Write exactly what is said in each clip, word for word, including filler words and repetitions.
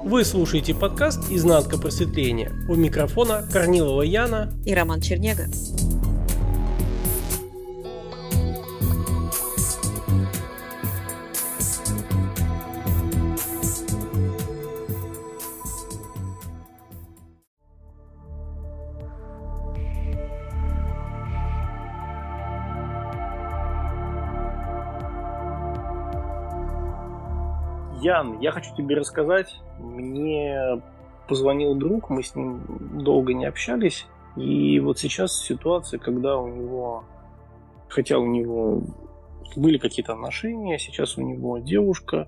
Вы слушаете подкаст «Изнанка просветления». У микрофона Корнилова Яна и Роман Чернега. Ян, я хочу тебе рассказать. Мне позвонил друг, мы с ним долго не общались. И вот сейчас ситуация, когда у него, хотя у него были какие-то отношения, сейчас у него девушка,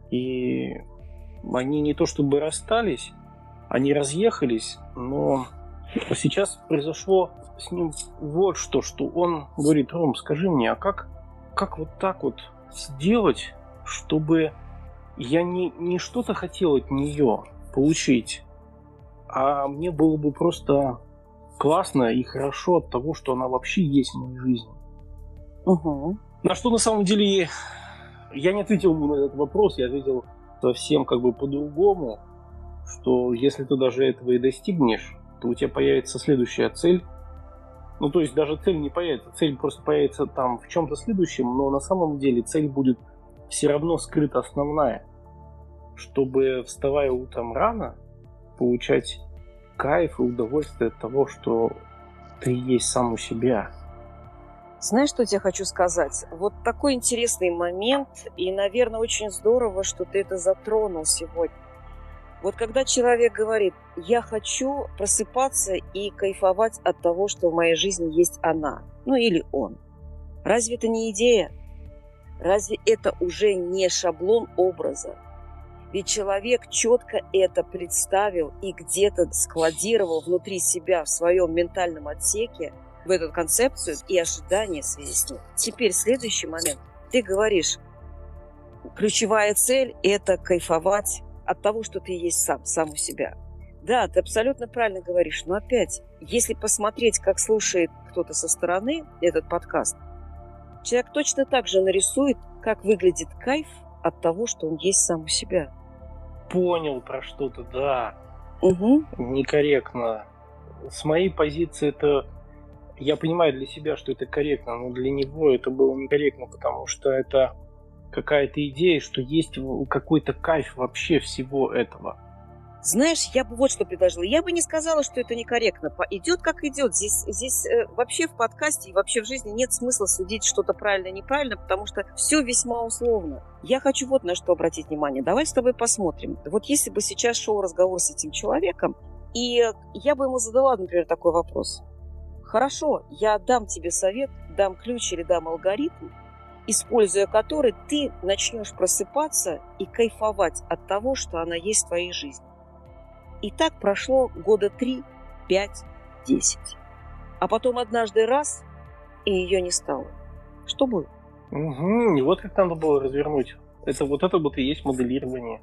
и они не то чтобы расстались, они разъехались, но сейчас произошло с ним вот что, что он говорит: Ром, скажи мне, а как, как вот так вот сделать, чтобы я не, не что-то хотел от нее получить, а мне было бы просто классно и хорошо от того, что она вообще есть в моей жизни. Угу. На что на самом деле я не ответил ему на этот вопрос, я ответил совсем как бы по-другому, что если ты даже этого и достигнешь, то у тебя появится следующая цель. Ну, то есть даже цель не появится, цель просто появится там в чем-то следующем, но на самом деле цель будет все равно скрыта основная, чтобы, вставая утром рано, получать кайф и удовольствие от того, что ты есть сам у себя. Знаешь, что я тебе хочу сказать? Вот такой интересный момент, и, наверное, очень здорово, что ты это затронул сегодня. Вот когда человек говорит: я хочу просыпаться и кайфовать от того, что в моей жизни есть она, ну или он. Разве это не идея? Разве это уже не шаблон образа? Ведь человек четко это представил и где-то складировал внутри себя в своем ментальном отсеке в эту концепцию и ожидания в связи с ней. Теперь следующий момент. Ты говоришь, ключевая цель – это кайфовать от того, что ты есть сам, сам у себя. Да, ты абсолютно правильно говоришь, но опять, если посмотреть, как слушает кто-то со стороны этот подкаст, человек точно так же нарисует, как выглядит кайф от того, что он есть сам у себя. Понял про что-то, да. Угу. Некорректно. С моей позиции это... Я понимаю для себя, что это корректно, но для него это было некорректно, потому что это какая-то идея, что есть какой-то кайф вообще всего этого. Знаешь, я бы вот что предложила. Я бы не сказала, что это некорректно. Идет как идет. Здесь, здесь э, вообще в подкасте и вообще в жизни нет смысла судить что-то правильно и неправильно, потому что все весьма условно. Я хочу вот на что обратить внимание. Давай с тобой посмотрим. Вот если бы сейчас шел разговор с этим человеком, и я бы ему задала, например, такой вопрос. Хорошо, я дам тебе совет, дам ключ или дам алгоритм, используя который ты начнешь просыпаться и кайфовать от того, что она есть в твоей жизни. И так прошло года три, пять, десять. А потом однажды раз, и ее не стало. Что будет? Угу, и вот как надо было развернуть. Это вот это вот и есть моделирование.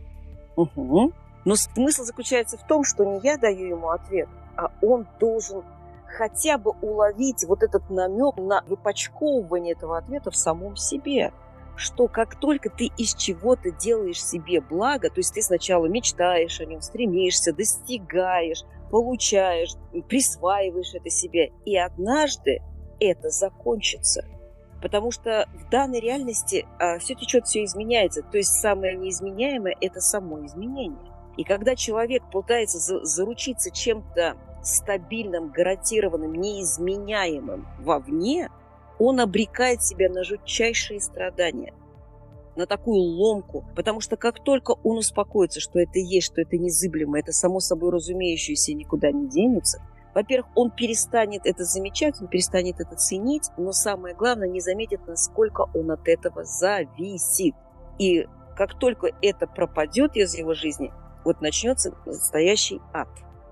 Угу. Но смысл заключается в том, что не я даю ему ответ, а он должен хотя бы уловить вот этот намек на выпачковывание этого ответа в самом себе. Что как только ты из чего-то делаешь себе благо, то есть ты сначала мечтаешь о нем, стремишься, достигаешь, получаешь, присваиваешь это себе, и однажды это закончится. Потому что в данной реальности а, все течет, все изменяется. То есть самое неизменяемое – это само изменение. И когда человек пытается за- заручиться чем-то стабильным, гарантированным, неизменяемым вовне, он обрекает себя на жутчайшие страдания, на такую ломку, потому что как только он успокоится, что это есть, что это незыблемо, это само собой разумеющееся и никуда не денется, во-первых, он перестанет это замечать, он перестанет это ценить, но самое главное, не заметит, насколько он от этого зависит. И как только это пропадет из его жизни, вот начнется настоящий ад.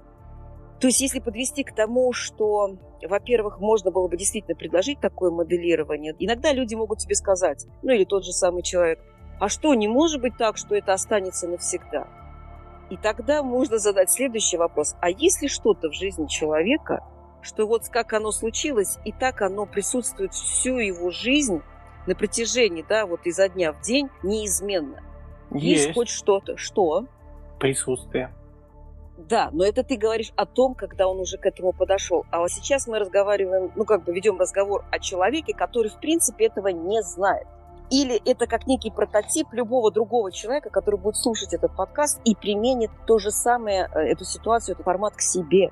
То есть, если подвести к тому, что, во-первых, можно было бы действительно предложить такое моделирование, иногда люди могут тебе сказать, ну или тот же самый человек, а что, не может быть так, что это останется навсегда? И тогда можно задать следующий вопрос. А есть ли что-то в жизни человека, что вот как оно случилось, и так оно присутствует всю его жизнь на протяжении, да, вот изо дня в день неизменно? Есть, есть хоть что-то. Что? Присутствие. Да, но это ты говоришь о том, когда он уже к этому подошел. А вот сейчас мы разговариваем, ну как бы ведем разговор о человеке, который в принципе этого не знает. Или это как некий прототип любого другого человека, который будет слушать этот подкаст и применит то же самое, эту ситуацию, этот формат к себе.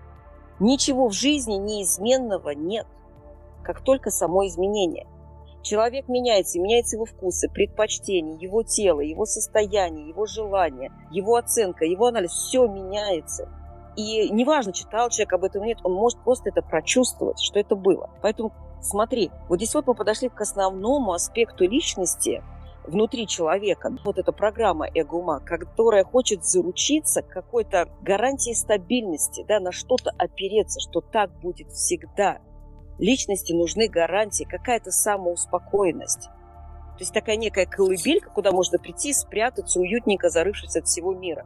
Ничего в жизни неизменного нет, как только само изменение. Человек меняется, меняются его вкусы, предпочтения, его тело, его состояние, его желания, его оценка, его анализ. Все меняется. И неважно, читал человек об этом или нет, он может просто это прочувствовать, что это было. Поэтому смотри, вот здесь вот мы подошли к основному аспекту личности внутри человека. Вот эта программа эго-ума, которая хочет заручиться какой-то гарантией стабильности, да, на что-то опереться, что так будет всегда. Личности нужны гарантии, какая-то самоуспокоенность. То есть такая некая колыбелька, куда можно прийти, спрятаться, уютненько зарывшись от всего мира.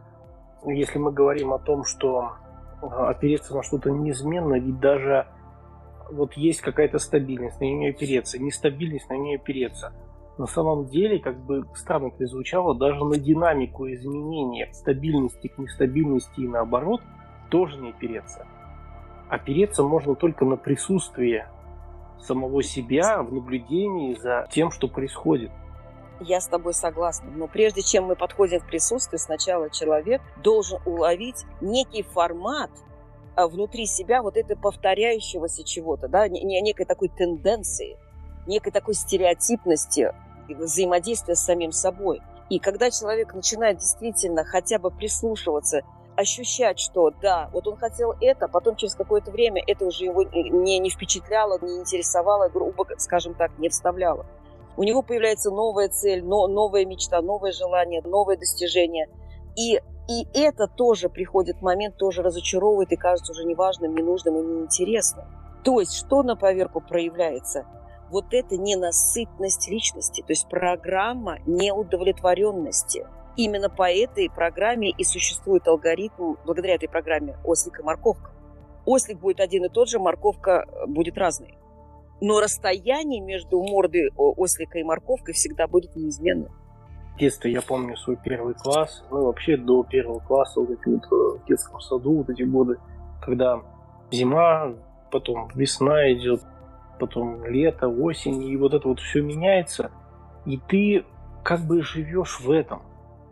Если мы говорим о том, что опереться на что-то неизменно, ведь даже вот есть какая-то стабильность, на нее опереться, нестабильность, на нее опереться. На самом деле, как бы странно это звучало, даже на динамику изменения от стабильности к нестабильности и наоборот тоже не опереться. Опереться можно только на присутствие самого себя в наблюдении за тем, что происходит. Я с тобой согласна, но прежде чем мы подходим к присутствию, сначала человек должен уловить некий формат внутри себя вот этой повторяющегося чего-то, да, некой такой тенденции, некой такой стереотипности взаимодействия с самим собой. И когда человек начинает действительно хотя бы прислушиваться, ощущать, что да, вот он хотел это, потом через какое-то время это уже его не, не впечатляло, не интересовало, грубо скажем так, не вставляло. У него появляется новая цель, но, новая мечта, новое желание, новое достижение. И, и это тоже приходит момент, тоже разочаровывает и кажется уже неважным, ненужным и неинтересным. То есть что на поверку проявляется? Вот это ненасытность личности, то есть программа неудовлетворенности. Именно по этой программе и существует алгоритм, благодаря этой программе, ослик и морковка. Ослик будет один и тот же, морковка будет разной. Но расстояние между мордой ослика и морковкой всегда будет неизменным. В детстве я помню свой первый класс, ну вообще до первого класса, вот эти вот в детском саду, вот эти годы, когда зима, потом весна идет, потом лето, осень, и вот это вот все меняется, и ты как бы живешь в этом.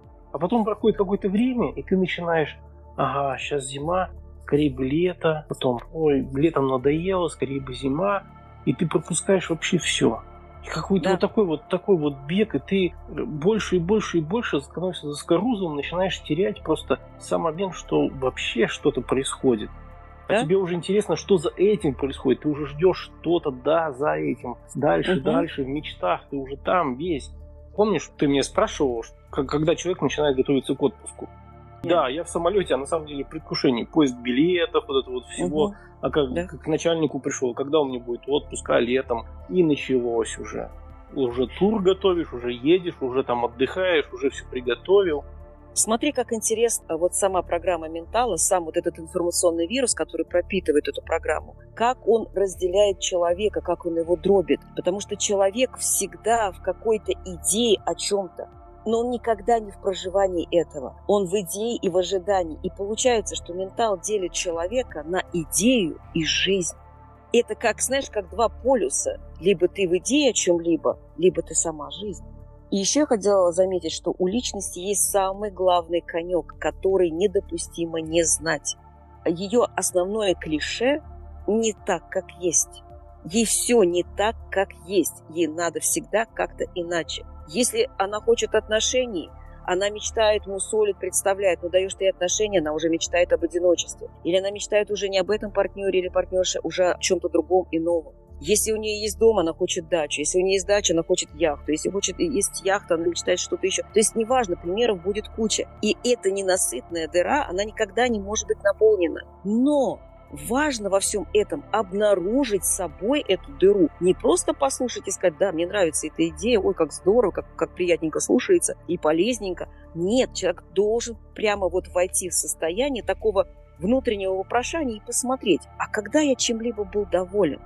А потом проходит какое-то время, и ты начинаешь, ага, сейчас зима, скорее бы лето, потом, ой, летом надоело, скорее бы зима, и ты пропускаешь вообще все. И какой-то да. вот такой вот такой вот бег, и ты больше и больше и больше становишься заскорузлым, начинаешь терять просто сам момент, что вообще что-то происходит. А да? тебе уже интересно, что за этим происходит. Ты уже ждешь что-то, да, за этим, дальше, угу. дальше, в мечтах, ты уже там весь. Помнишь, ты меня спрашивал, когда человек начинает готовиться к отпуску? Нет. Да, я в самолете, а на самом деле предвкушение, поиск билетов, вот это вот всего. Угу. А как, да. как к начальнику пришел, когда у меня будет отпуск, а летом. И началось уже. Уже тур готовишь, уже едешь, уже там отдыхаешь, уже все приготовил. Смотри, как интересно, вот сама программа ментала, сам вот этот информационный вирус, который пропитывает эту программу, как он разделяет человека, как он его дробит. Потому что человек всегда в какой-то идее о чем-то, но он никогда не в проживании этого. Он в идее и в ожидании. И получается, что ментал делит человека на идею и жизнь. Это как, знаешь, как два полюса. Либо ты в идее о чем-либо, либо ты сама жизнь. И еще я хотела заметить, что у личности есть самый главный конек, который недопустимо не знать. Ее основное клише не так, как есть. Ей все не так, как есть. Ей надо всегда как-то иначе. Если она хочет отношений, она мечтает, мусолит, представляет, но даешь ты ей отношения, она уже мечтает об одиночестве. Или она мечтает уже не об этом партнере или партнерше, уже о чем-то другом и новом. Если у нее есть дом, она хочет дачу. Если у нее есть дача, она хочет яхту. Если хочет есть яхта, она мечтает что-то еще. То есть неважно, примеров будет куча. И эта ненасытная дыра, она никогда не может быть наполнена. Но важно во всем этом обнаружить с собой эту дыру. Не просто послушать и сказать, да, мне нравится эта идея, ой, как здорово, как, как приятненько слушается и полезненько. Нет, человек должен прямо вот войти в состояние такого внутреннего вопрошания и посмотреть, а когда я чем-либо был доволен?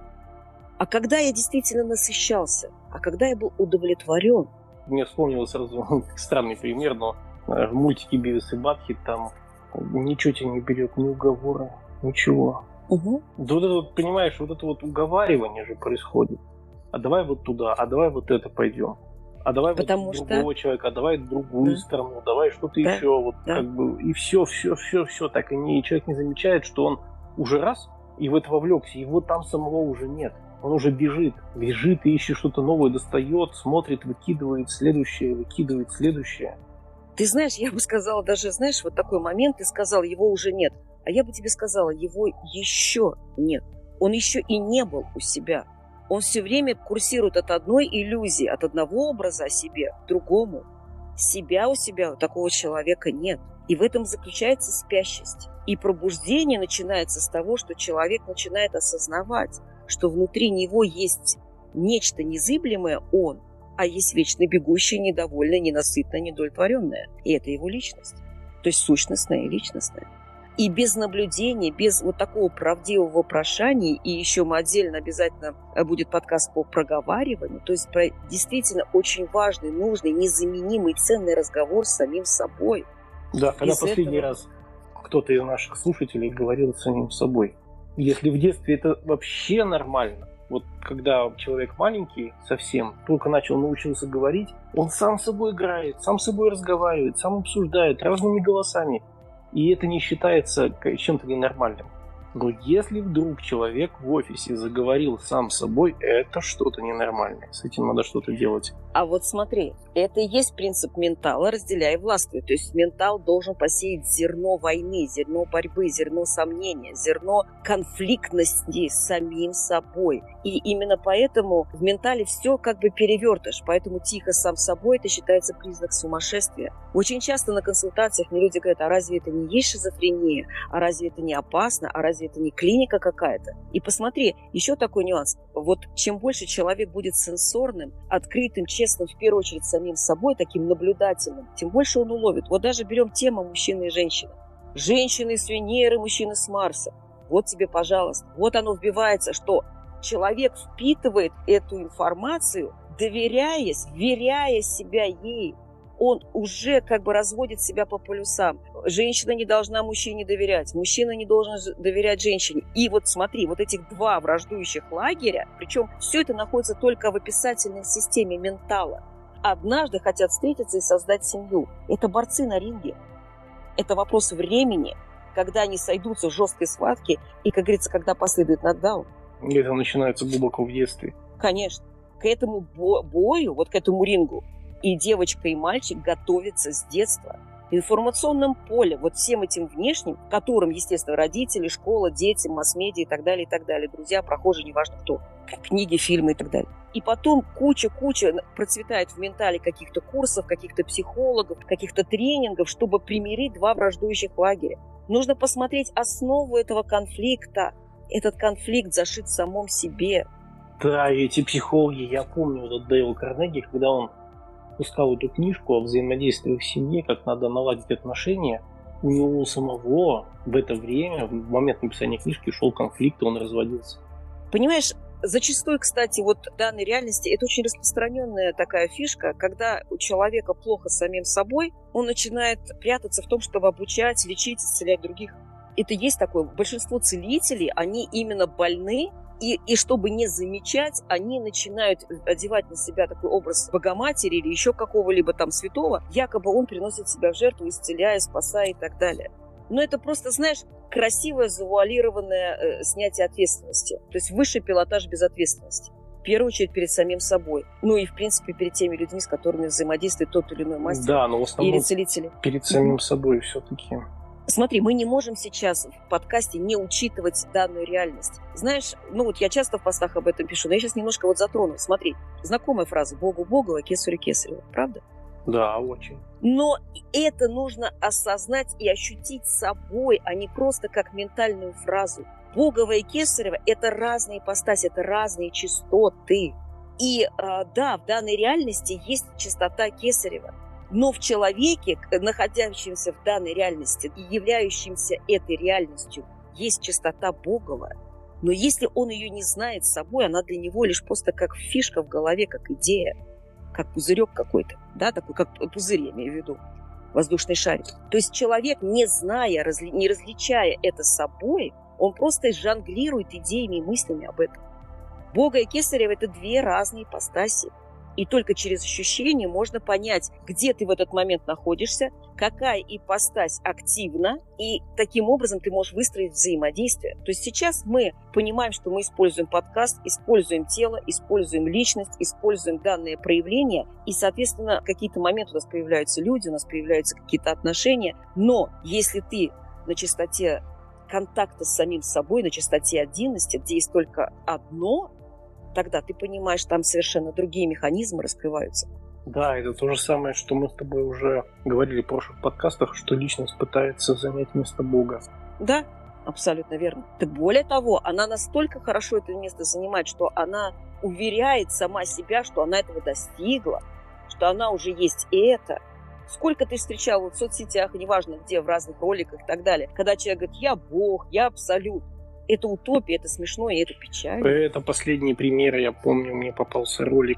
А когда я действительно насыщался? А когда я был удовлетворен? Мне вспомнилось сразу странный пример, но мультики Бивис и Батхед, там ничего тебя не берет, ни уговоры, ничего. Угу. Да вот это вот, понимаешь, вот это вот уговаривание же происходит. А давай вот туда, а давай вот это пойдем. А давай Потому вот что... другого человека, а давай другую да. страну, давай что-то да. еще. Вот да. как бы, и все, все, все, все. Так и не, человек не замечает, что он уже раз и в это вовлекся, его там самого уже нет. Он уже бежит, бежит и ищет что-то новое, достает, смотрит, выкидывает следующее, выкидывает следующее. Ты знаешь, я бы сказала даже, знаешь, вот такой момент, ты сказал, его уже нет. А я бы тебе сказала, его еще нет. Он еще и не был у себя. Он все время курсирует от одной иллюзии, от одного образа о себе к другому. Себя у себя у такого человека нет. И в этом заключается спящесть. И пробуждение начинается с того, что человек начинает осознавать, что внутри него есть нечто незыблемое он, а есть вечно бегущее, недовольное, ненасытное, недовлетворенное. И это его личность. То есть сущностное и личностное. И без наблюдения, без вот такого правдивого вопрошания, и еще мы отдельно обязательно будет подкаст по проговариванию, то есть про действительно очень важный, нужный, незаменимый, ценный разговор с самим собой. Да, когда без последний этого... раз кто-то из наших слушателей говорил с самим собой. Если в детстве это вообще нормально, вот когда человек маленький совсем, только начал научился говорить, он сам с собой играет, сам с собой разговаривает, сам обсуждает разными голосами. И это не считается чем-то ненормальным. Но если вдруг человек в офисе заговорил сам с собой, это что-то ненормальное. С этим надо что-то делать. А вот смотри, это и есть принцип ментала «разделяй и властвуй». То есть ментал должен посеять зерно войны, зерно борьбы, зерно сомнения, зерно конфликтности с самим собой. И именно поэтому в ментале все как бы перевертыш. Поэтому тихо сам с собой это считается признак сумасшествия. Очень часто на консультациях мне люди говорят, а разве это не есть шизофрения? А разве это не опасно? А разве это не клиника какая-то? И посмотри, еще такой нюанс. Вот чем больше человек будет сенсорным, открытым, честным, в первую очередь самим собой, таким наблюдательным, тем больше он уловит. Вот даже берем тему мужчины и женщины. Женщины с Венеры, мужчины с Марса. Вот тебе, пожалуйста. Вот оно вбивается, что человек впитывает эту информацию, доверяясь, веряя себя ей. Он уже как бы разводит себя по полюсам. Женщина не должна мужчине доверять, мужчина не должен доверять женщине. И вот смотри, вот этих два враждующих лагеря, причем все это находится только в описательной системе ментала. Однажды хотят встретиться и создать семью. Это борцы на ринге. Это вопрос времени, когда они сойдутся в жесткой схватке и, как говорится, когда последует нокдаун. И это начинается глубоко в детстве. Конечно. К этому бо- бою, вот к этому рингу, и девочка, и мальчик готовятся с детства. В информационном поле, вот всем этим внешним, в котором, естественно, родители, школа, дети, масс-медиа и так далее, и так далее, друзья, прохожие, неважно кто, книги, фильмы и так далее. И потом куча-куча процветает в ментале каких-то курсов, каких-то психологов, каких-то тренингов, чтобы примирить два враждующих лагеря. Нужно посмотреть основу этого конфликта. Этот конфликт зашит в самом себе. Да, и эти психологи, я помню, вот Дейл Карнеги, когда он пускал эту книжку о взаимодействии в семье, как надо наладить отношения, у него самого в это время, в момент написания книжки, шел конфликт, и он разводился. Понимаешь, зачастую, кстати, вот в данной реальности это очень распространенная такая фишка, когда у человека плохо с самим собой, он начинает прятаться в том, чтобы обучать, лечить, исцелять других. Это есть такое. Большинство целителей, они именно больны, И, и чтобы не замечать, они начинают одевать на себя такой образ Богоматери или еще какого-либо там святого, якобы он приносит себя в жертву, исцеляя, спасая и так далее. Но это просто, знаешь, красивое завуалированное э, снятие ответственности. То есть высший пилотаж безответственности. В первую очередь перед самим собой. Ну и, в принципе, перед теми людьми, с которыми взаимодействует тот или иной мастер. Да, но в основном или целители. Перед самим собой все-таки. Смотри, мы не можем сейчас в подкасте не учитывать данную реальность. Знаешь, ну вот я часто в постах об этом пишу, но я сейчас немножко вот затрону. Смотри, знакомая фраза «Богу Богова, кесарю кесарева», правда? Да, очень. Но это нужно осознать и ощутить собой, а не просто как ментальную фразу. Богова и кесарева – это разные ипостаси, это разные частоты. И да, в данной реальности есть частота кесарева. Но в человеке, находящемся в данной реальности и являющемся этой реальностью, есть частота Богова. Но если он ее не знает с собой, она для него лишь просто как фишка в голове, как идея, как пузырек какой-то, да, такой как пузырь, я имею в виду. воздушный шарик. То есть человек, не зная, разли... не различая это собой, он просто жонглирует идеями и мыслями об этом. Бога и Кесарева – это две разные ипостаси. И только через ощущение можно понять, где ты в этот момент находишься, какая ипостась активна, и таким образом ты можешь выстроить взаимодействие. То есть сейчас мы понимаем, что мы используем подкаст, используем тело, используем личность, используем данные проявления, и, соответственно, в какие-то моменты у нас появляются люди, у нас появляются какие-то отношения. Но если ты на частоте контакта с самим собой, на частоте отдельности, где есть только одно, тогда ты понимаешь, там совершенно другие механизмы раскрываются. Да, это то же самое, что мы с тобой уже говорили в прошлых подкастах, что личность пытается занять место Бога. Да, абсолютно верно. Да более того, она настолько хорошо это место занимает, что она уверяет сама себя, что она этого достигла, что она уже есть это. Сколько ты встречал вот в соцсетях, неважно где, в разных роликах и так далее, когда человек говорит: я Бог, я абсолют. Это утопия, это смешно и это печально. Это последний пример. Я помню, мне попался ролик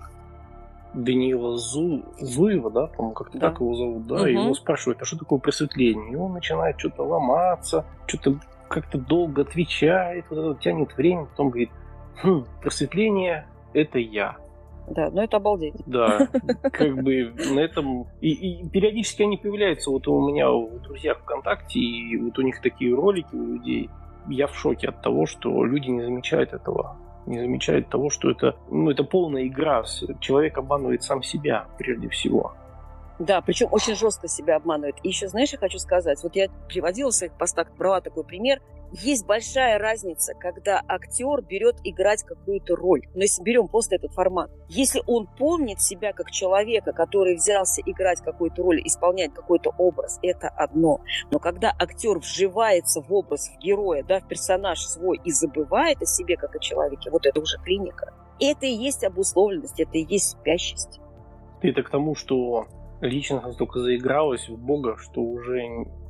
Даниила Зу... Зуева, да, по-моему, как-то да. так его зовут, да, угу. И его спрашивают, а что такое просветление? И он начинает что-то ломаться, что-то как-то долго отвечает, вот это тянет время, потом говорит: хм, просветление – это я. Да, ну это обалдеть. Да, как бы на этом... И, и периодически они появляются вот у меня у друзей ВКонтакте, и вот у них такие ролики у людей. Я в шоке от того, что люди не замечают этого. Не замечают того, что это, ну, это полная игра. Человек обманывает сам себя, прежде всего. Да, причем очень жестко себя обманывает. И еще, знаешь, я хочу сказать, вот я приводила в своих постах, брала такой пример. Есть большая разница, когда актер берет играть какую-то роль. Но если берем просто этот формат, если он помнит себя как человека, который взялся играть какую-то роль, исполнять какой-то образ, это одно. Но когда актер вживается в образ, в героя, да, в персонаж свой и забывает о себе как о человеке, вот это уже клиника. Это и есть обусловленность, это и есть спящесть. Это к тому, что личность настолько заигралась в Бога, что уже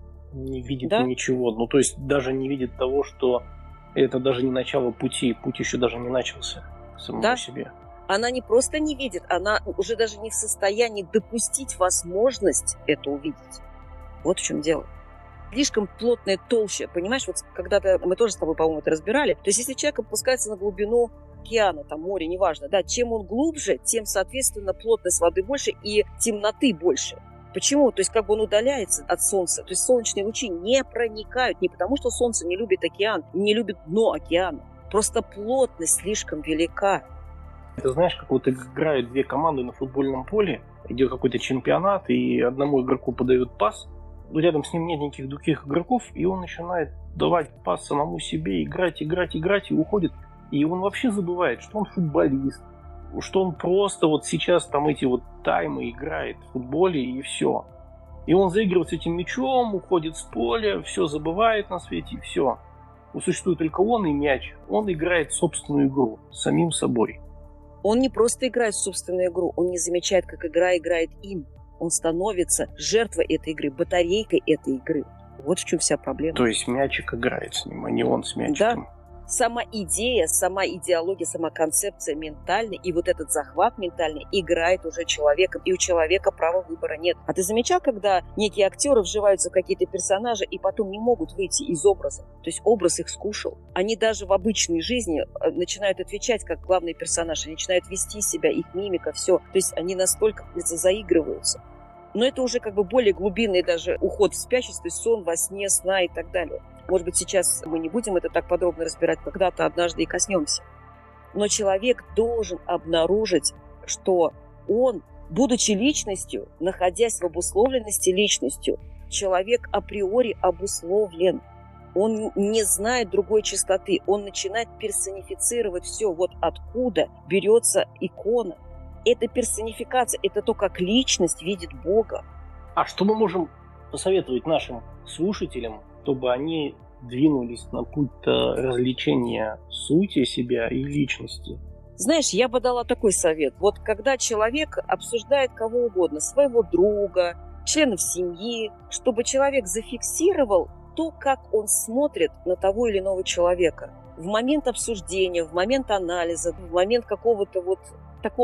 не видит да? ничего. Ну, то есть даже не видит того, что это даже не начало пути. Путь еще даже не начался самому да? себе. Она не просто не видит, она уже даже не в состоянии допустить возможность это увидеть. Вот в чем дело. Слишком плотная толща, понимаешь? Вот когда-то мы тоже с тобой, по-моему, это разбирали. То есть если человек опускается на глубину океана, там море, неважно, да, чем он глубже, тем, соответственно, плотность воды больше и темноты больше. Почему? То есть как бы он удаляется от Солнца. То есть солнечные лучи не проникают. Не потому, что Солнце не любит океан, не любит дно океана. Просто плотность слишком велика. Ты знаешь, как вот играют две команды на футбольном поле, идет какой-то чемпионат, и одному игроку подают пас, рядом с ним нет никаких других игроков, и он начинает давать пас самому себе, играть, играть, играть, и уходит. И он вообще забывает, что он футболист, что он просто вот сейчас там эти вот таймы играет в футболе и все. И он заигрывает с этим мячом, уходит с поля, все забывает на свете и все. Существует только он и мяч. Он играет собственную игру с самим собой. Он не просто играет в собственную игру, он не замечает, как игра играет им. Он становится жертвой этой игры, батарейкой этой игры. Вот в чем вся проблема. То есть мячик играет с ним, а не он с мячиком. Да. Сама идея, сама идеология, сама концепция ментальная и вот этот захват ментальный играет уже человеком, и у человека права выбора нет. А ты замечал, когда некие актеры вживаются в какие-то персонажи и потом не могут выйти из образа? То есть образ их скушал. Они даже в обычной жизни начинают отвечать как главный персонаж, они начинают вести себя, их мимика, все. То есть они настолько заигрываются. Но это уже как бы более глубинный даже уход в спящесть, то есть сон во сне, сна и так далее. Может быть, сейчас мы не будем это так подробно разбирать, когда-то однажды и коснемся. Но человек должен обнаружить, что он, будучи личностью, находясь в обусловленности личностью, человек априори обусловлен. Он не знает другой чистоты, он начинает персонифицировать все. Вот откуда берется икона. Это персонификация, это то, как личность видит Бога. А что мы можем посоветовать нашим слушателям, чтобы они двинулись на путь развлечения сути себя и личности? Знаешь, я бы дала такой совет. Вот когда человек обсуждает кого угодно, своего друга, членов семьи, чтобы человек зафиксировал то, как он смотрит на того или иного человека. В момент обсуждения, в момент анализа, в момент какого-то вот такого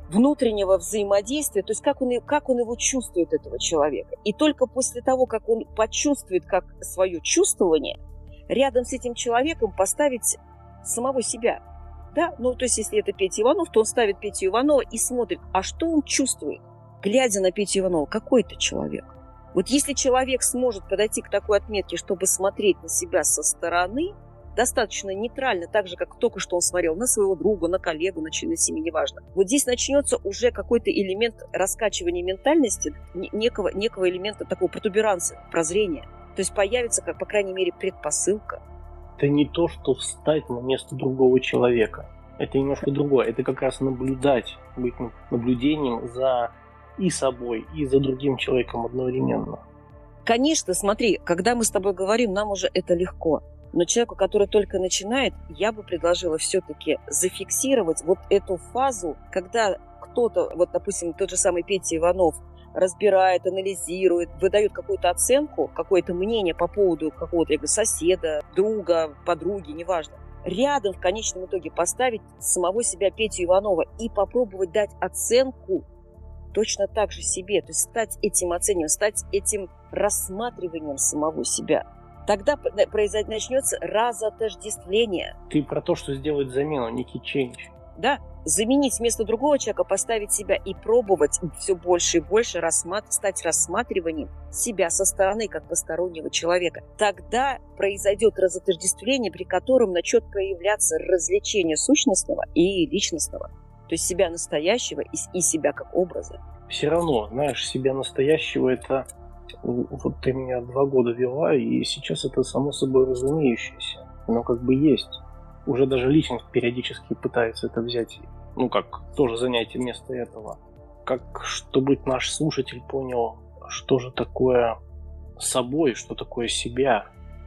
внутреннего взаимодействия, то есть как он, как он его чувствует, этого человека. И только после того, как он почувствует как свое чувствование, рядом с этим человеком поставить самого себя. Да? Ну, то есть если это Петя Иванов, то он ставит Петю Иванова и смотрит, а что он чувствует, глядя на Петю Иванова, какой это человек. Вот если человек сможет подойти к такой отметке, чтобы смотреть на себя со стороны, достаточно нейтрально, так же, как только что он смотрел на своего друга, на коллегу, на члена семьи, неважно. Вот здесь начнется уже какой-то элемент раскачивания ментальности, некого, некого элемента такого протуберанса, прозрения. То есть появится, как, по крайней мере, предпосылка. Это не то, что встать на место другого человека. Это немножко другое. Это как раз наблюдать, быть наблюдением за и собой, и за другим человеком одновременно. Конечно, смотри, когда мы с тобой говорим, нам уже это легко. Но человеку, который только начинает, я бы предложила все-таки зафиксировать вот эту фазу, когда кто-то, вот, допустим, тот же самый Петя Иванов, разбирает, анализирует, выдает какую-то оценку, какое-то мнение по поводу какого-то соседа, друга, подруги, неважно. Рядом в конечном итоге поставить самого себя Петю Иванова и попробовать дать оценку точно так же себе. То есть стать этим оцениванием, стать этим рассматриванием самого себя. Тогда произойдет, начнется разотождествление. Ты про то, что сделать замену, некий change. Да, заменить вместо другого человека, поставить себя и пробовать все больше и больше рассмат... стать рассматриванием себя со стороны, как постороннего человека. Тогда произойдет разотождествление, при котором начнет проявляться развлечение сущностного и личностного. То есть себя настоящего и, и себя как образа. Все равно, знаешь, себя настоящего это... Вот ты меня два года вела, и сейчас это само собой разумеющееся. Оно как бы есть. Уже даже личность периодически пытается это взять, ну как, тоже занять место этого. Как, чтобы наш слушатель понял, что же такое собой, что такое себя.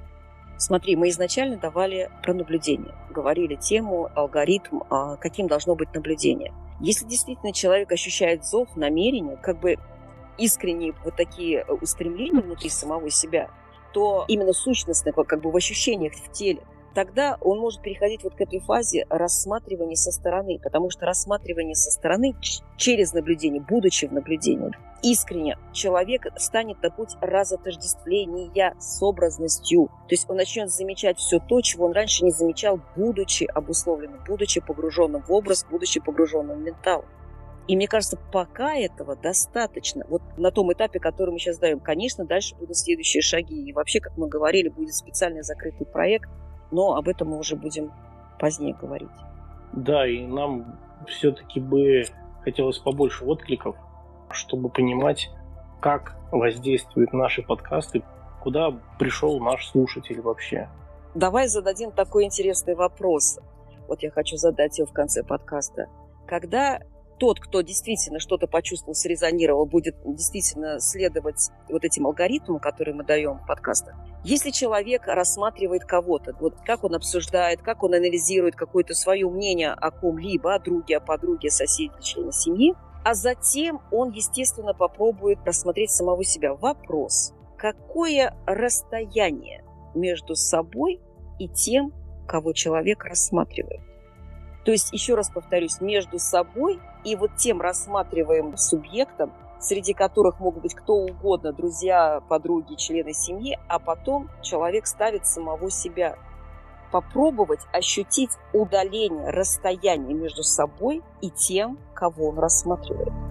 Смотри, мы изначально давали про наблюдение. Говорили тему, алгоритм, каким должно быть наблюдение. Если действительно человек ощущает зов, намерение, как бы искренние вот такие устремления внутри самого себя, то именно сущностное, как бы в ощущениях в теле, тогда он может переходить вот к этой фазе рассматривания со стороны, потому что рассматривание со стороны через наблюдение, будучи в наблюдении, искренне человек станет на путь разотождествления с образностью. То есть он начнет замечать все то, чего он раньше не замечал, будучи обусловленным, будучи погруженным в образ, будучи погруженным в ментал. И мне кажется, пока этого достаточно. Вот на том этапе, который мы сейчас даем, конечно, дальше будут следующие шаги. И вообще, как мы говорили, будет специальный закрытый проект, но об этом мы уже будем позднее говорить. Да, и нам все-таки бы хотелось побольше откликов, чтобы понимать, как воздействуют наши подкасты, куда пришел наш слушатель вообще. Давай зададим такой интересный вопрос. Вот я хочу задать его в конце подкаста. Когда тот, кто действительно что-то почувствовал, срезонировал, будет действительно следовать вот этим алгоритмам, которые мы даем в подкастах. Если человек рассматривает кого-то, вот как он обсуждает, как он анализирует какое-то свое мнение о ком-либо, о друге, о подруге, о соседе, члене семьи, а затем он, естественно, попробует рассмотреть самого себя. Вопрос: какое расстояние между собой и тем, кого человек рассматривает? То есть, еще раз повторюсь, между собой и вот тем рассматриваемым субъектом, среди которых могут быть кто угодно, друзья, подруги, члены семьи, а потом человек ставит самого себя. Попробовать ощутить удаление, расстояние между собой и тем, кого он рассматривает.